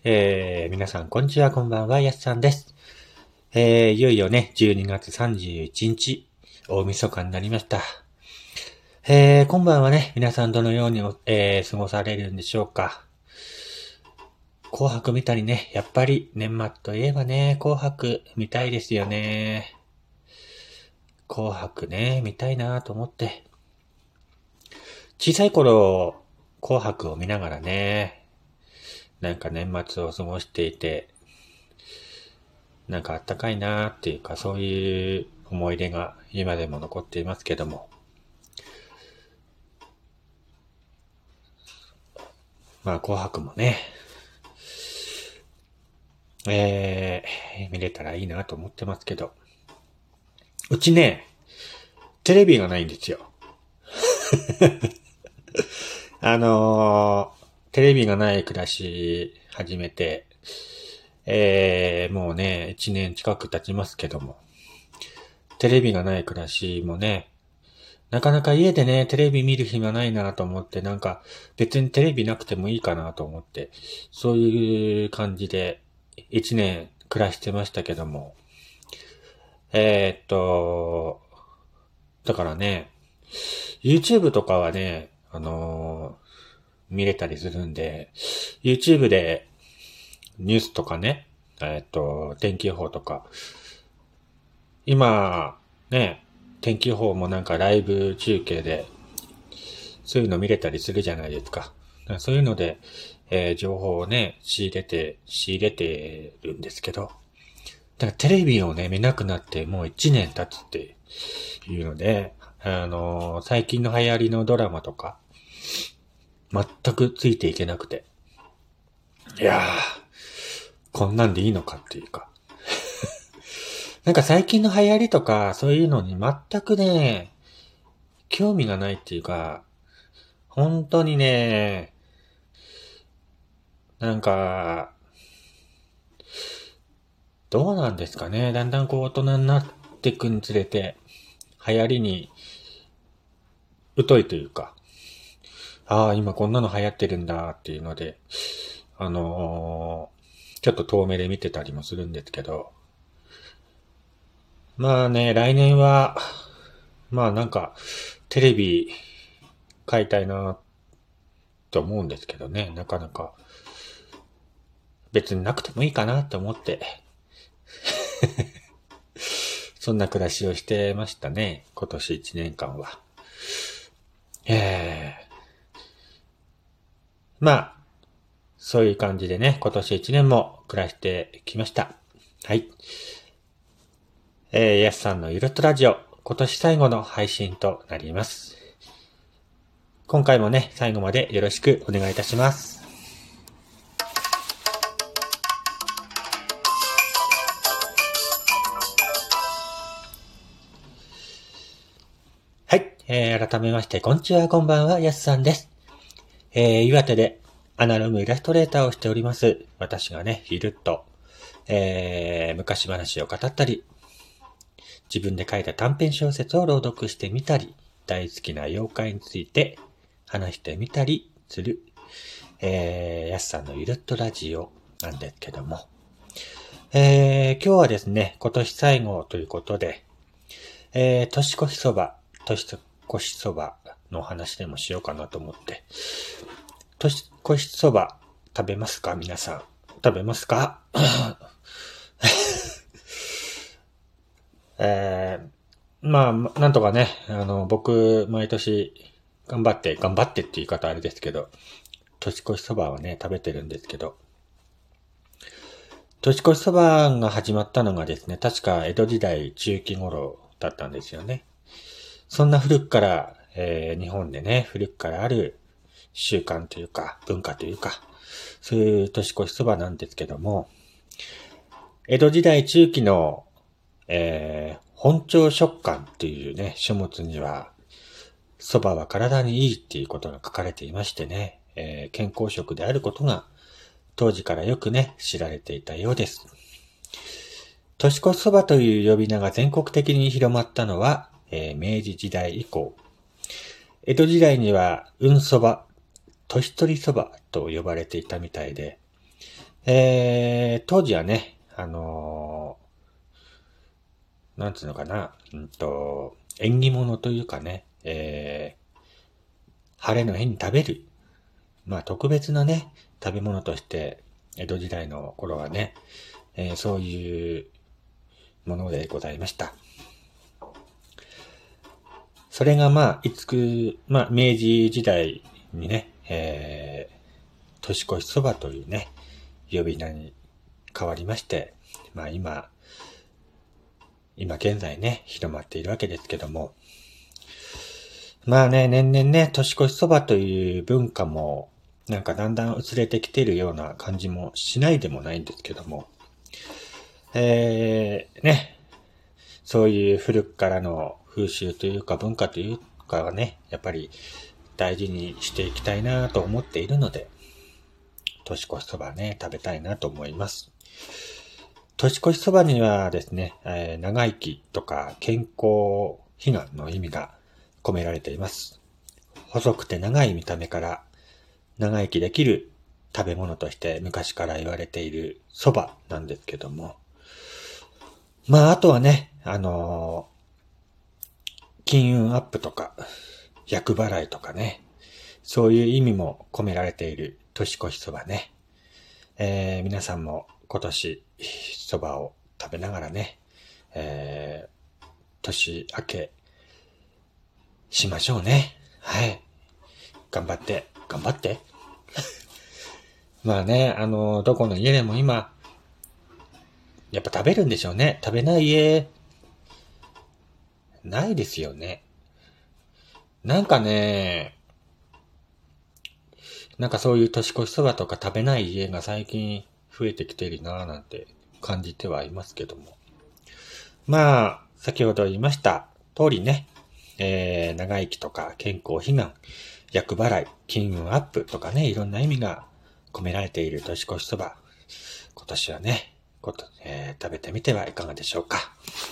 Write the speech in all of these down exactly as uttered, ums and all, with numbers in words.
えー、皆さん、こんにちは、こんばんは、やすさんです。えー、いよいよね、じゅうにがつさんじゅういちにち、大晦日になりました。えー、今晩はね、皆さんどのように、えー、過ごされるんでしょうか。紅白見たりね、やっぱり年末といえばね、紅白見たいですよね。紅白ね、見たいなと思って。小さい頃、紅白を見ながらね、なんか年末を過ごしていて、なんかあったかいなーっていうか、そういう思い出が今でも残っていますけども。まあ、紅白もね、えー、見れたらいいなと思ってますけど。うちね、テレビがないんですよ。あのー、テレビがない暮らし始めて、えー、もうね、一年近く経ちますけども。テレビがない暮らしもね、なかなか家でね、テレビ見る暇ないなと思って、なんか別にテレビなくてもいいかなと思って、そういう感じで一年暮らしてましたけども。えー、っと、だからね、YouTube とかはね、あのー見れたりするんで、YouTube でニュースとかね、えー、っと、天気予報とか、今、ね、天気予報もなんかライブ中継で、そういうの見れたりするじゃないですか。そういうので、えー、情報をね、仕入れて、仕入れてるんですけど、だからテレビをね、見なくなってもう一年経つっていうので、あのー、最近の流行りのドラマとか、全くついていけなくて。いやー、こんなんでいいのかっていうか。なんか最近の流行りとか、そういうのに全くね、興味がないっていうか、本当にね、なんか、どうなんですかね。だんだんこう大人になっていくにつれて、流行りに疎いというか、ああ、今こんなの流行ってるんだっていうので、あのー、ちょっと遠目で見てたりもするんですけど、まあね、来年は、まあなんか、テレビ買いたいなと思うんですけどね、なかなか、別になくてもいいかなと思って、そんな暮らしをしてましたね、今年一年間は。ええまあ、そういう感じでね、今年一年も暮らしてきました。はい。えー、やすさんのゆるっとラジオ、今年最後の配信となります。今回もね、最後までよろしくお願いいたします。はい。えー、改めまして、こんにちは、こんばんは、やすさんです。えー、岩手でアナログイラストレーターをしております。私がね、ゆるっと、えー、昔話を語ったり、自分で書いた短編小説を朗読してみたり、大好きな妖怪について話してみたりする、えー、やすさんのゆるっとラジオなんですけども、えー、今日はですね、今年最後ということで、えー、年越しそば、年越しそばの話でもしようかなと思って、年越しそば食べますか皆さん。食べますかえー、まあ、なんとかね、あの、僕、毎年、頑張って、頑張ってって言い方あれですけど、年越しそばはね、食べてるんですけど、年越しそばが始まったのがですね、確か江戸時代中期頃だったんですよね。そんな古くから、えー、日本でね、古くからある習慣というか、文化というか、そういう年越しそばなんですけども、江戸時代中期の、えー、本朝食感っていうね、書物には、蕎麦は体にいいっていうことが書かれていましてね、えー、健康食であることが当時からよくね、知られていたようです。年越し蕎麦という呼び名が全国的に広まったのは、えー、明治時代以降。江戸時代には、運蕎麦、年取り蕎麦と呼ばれていたみたいで、 えー、当時はね、あのー、なんつうのかな、うんと、縁起物というかね、えー、晴れの日に食べる、まあ特別なね、食べ物として、江戸時代の頃はね、えー、そういうものでございました。それがまあ、いつく、まあ、明治時代にね、えー、年越しそばというね、呼び名に変わりまして、まあ今、今現在ね、広まっているわけですけども、まあね、年々ね、年越しそばという文化も、なんかだんだん薄れてきているような感じもしないでもないんですけども、えー、ね、そういう古くからの風習というか文化というかはね、やっぱり大事にしていきたいなと思っているので、年越しそばね、食べたいなと思います。年越しそばにはですね、えー、長生きとか健康祈願の意味が込められています。細くて長い見た目から長生きできる食べ物として昔から言われているそばなんですけども、まああとはね、あのー、金運アップとか厄払いとかね、そういう意味も込められている年越しそばね、えー、皆さんも今年そばを食べながらね、えー、年明けしましょうね。はい。頑張って、頑張って。まあね、あの、どこの家でも今、やっぱ食べるんでしょうね。食べない家、ないですよね。なんかね、なんかそういう年越しそばとか食べない家が最近増えてきてるなぁなんて感じてはいますけども。まあ、先ほど言いました通りね、えー、長生きとか健康祈願、厄払い、金運アップとかね、いろんな意味が込められている年越しそば。今年はね、こと、えー、食べてみてはいかがでしょうか。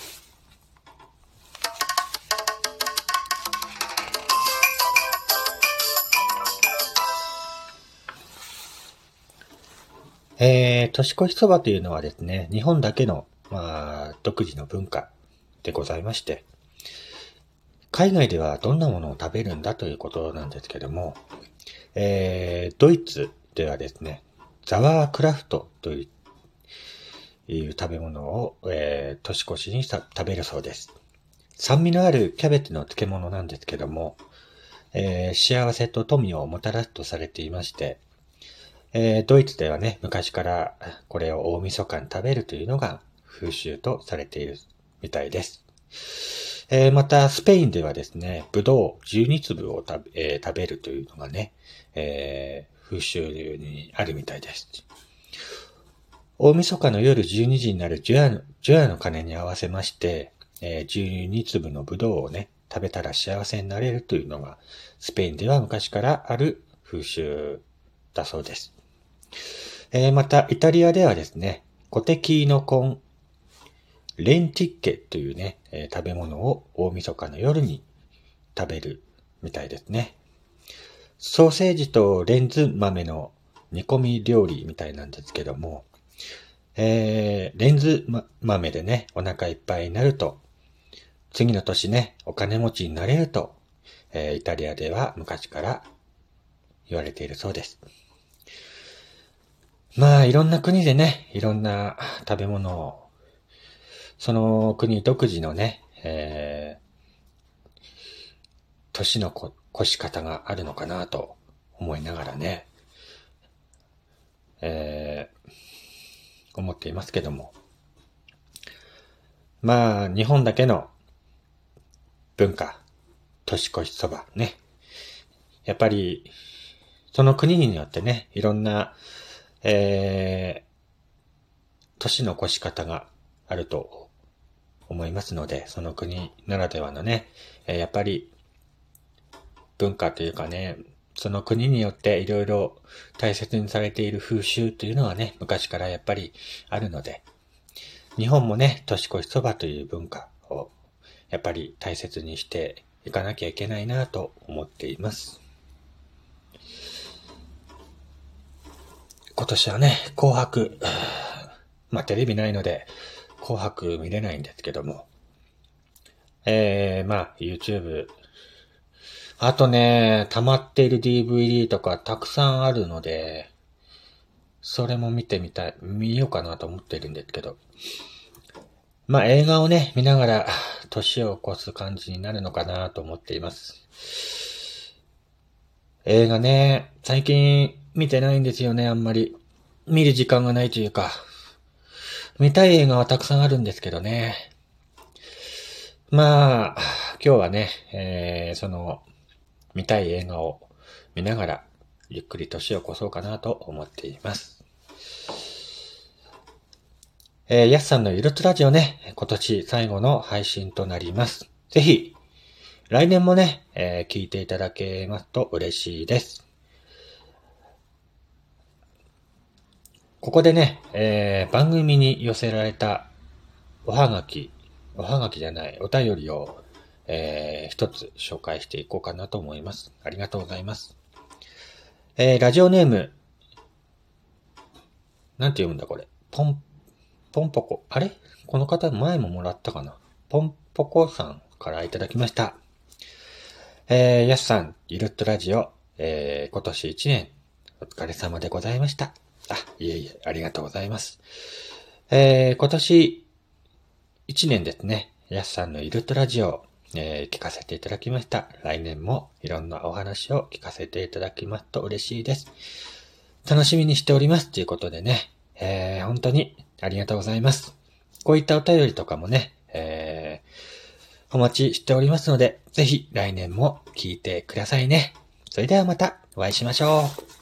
えー、年越しそばというのはですね、日本だけの、まあ、独自の文化でございまして、海外ではどんなものを食べるんだということなんですけども、えー、ドイツではですね、ザワークラフトといういう食べ物を、えー、年越しにさ食べるそうです。酸味のあるキャベツの漬物なんですけども、えー、幸せと富をもたらすとされていまして、えー、ドイツではね、昔からこれを大晦日に食べるというのが風習とされているみたいです。えー、また、スペインではですね、ぶどうじゅうにつぶを食べ、えー、食べるというのがね、えー、風習にあるみたいです。大晦日の夜じゅうにじになる除夜の、除夜の鐘に合わせまして、えー、じゅうにつぶのぶどうをね、食べたら幸せになれるというのが、スペインでは昔からある風習だそうです。えー、また、イタリアではですね、コテキーノコン、レンティッケというね、えー、食べ物を大晦日の夜に食べるみたいですね。ソーセージとレンズ豆の煮込み料理みたいなんですけども、えー、レンズ、ま、豆でね、お腹いっぱいになると、次の年ね、お金持ちになれると、えー、イタリアでは昔から言われているそうです。まあ、いろんな国でね、いろんな食べ物を、その国独自のね、えー、年のこ越し方があるのかなと思いながらね、えー、思っていますけども。まあ、日本だけの文化、年越しそばね。やっぱり、その国によってね、いろんな、えー、年の越し方があると思いますので、その国ならではのね、えー、やっぱり文化というかね、その国によっていろいろ大切にされている風習というのはね、昔からやっぱりあるので、日本もね、年越しそばという文化をやっぱり大切にしていかなきゃいけないなと思っています。 今年はね、紅白、まあテレビないので、紅白見れないんですけども、えー、まあ YouTube、あとね、溜まっている ディーブイディー とかたくさんあるので、それも見てみたい、見ようかなと思ってるんですけど、まあ映画をね、見ながら年を越す感じになるのかなと思っています。映画ね、最近見てないんですよね、あんまり。見る時間がないというか。見たい映画はたくさんあるんですけどね。まあ、今日はね、えー、その、見たい映画を見ながら、ゆっくり年を越そうかなと思っています。えー、やすさんのゆるっとラジオね、今年最後の配信となります。ぜひ、来年もね、えー、聞いていただけますと嬉しいです。ここでね、えー、番組に寄せられたおはがき、おはがきじゃない、お便りを、えー、一つ紹介していこうかなと思います。ありがとうございます。えー、ラジオネーム、なんて読むんだこれ。ポン、ポンポコ。あれこの方前ももらったかな。ポンポコさんからいただきました。えー、やすさん、ゆるっとラジオ、えー、今年一年、お疲れ様でございました。あ、いえいえ、ありがとうございます。えー、今年一年ですね、やすさんのゆるっとラジオ、えー、聞かせていただきました。来年もいろんなお話を聞かせていただきますと嬉しいです。楽しみにしております。ということでね、えー、本当にありがとうございます。こういったお便りとかもね、えー、お待ちしておりますので、ぜひ来年も聞いてくださいね。それではまたお会いしましょう。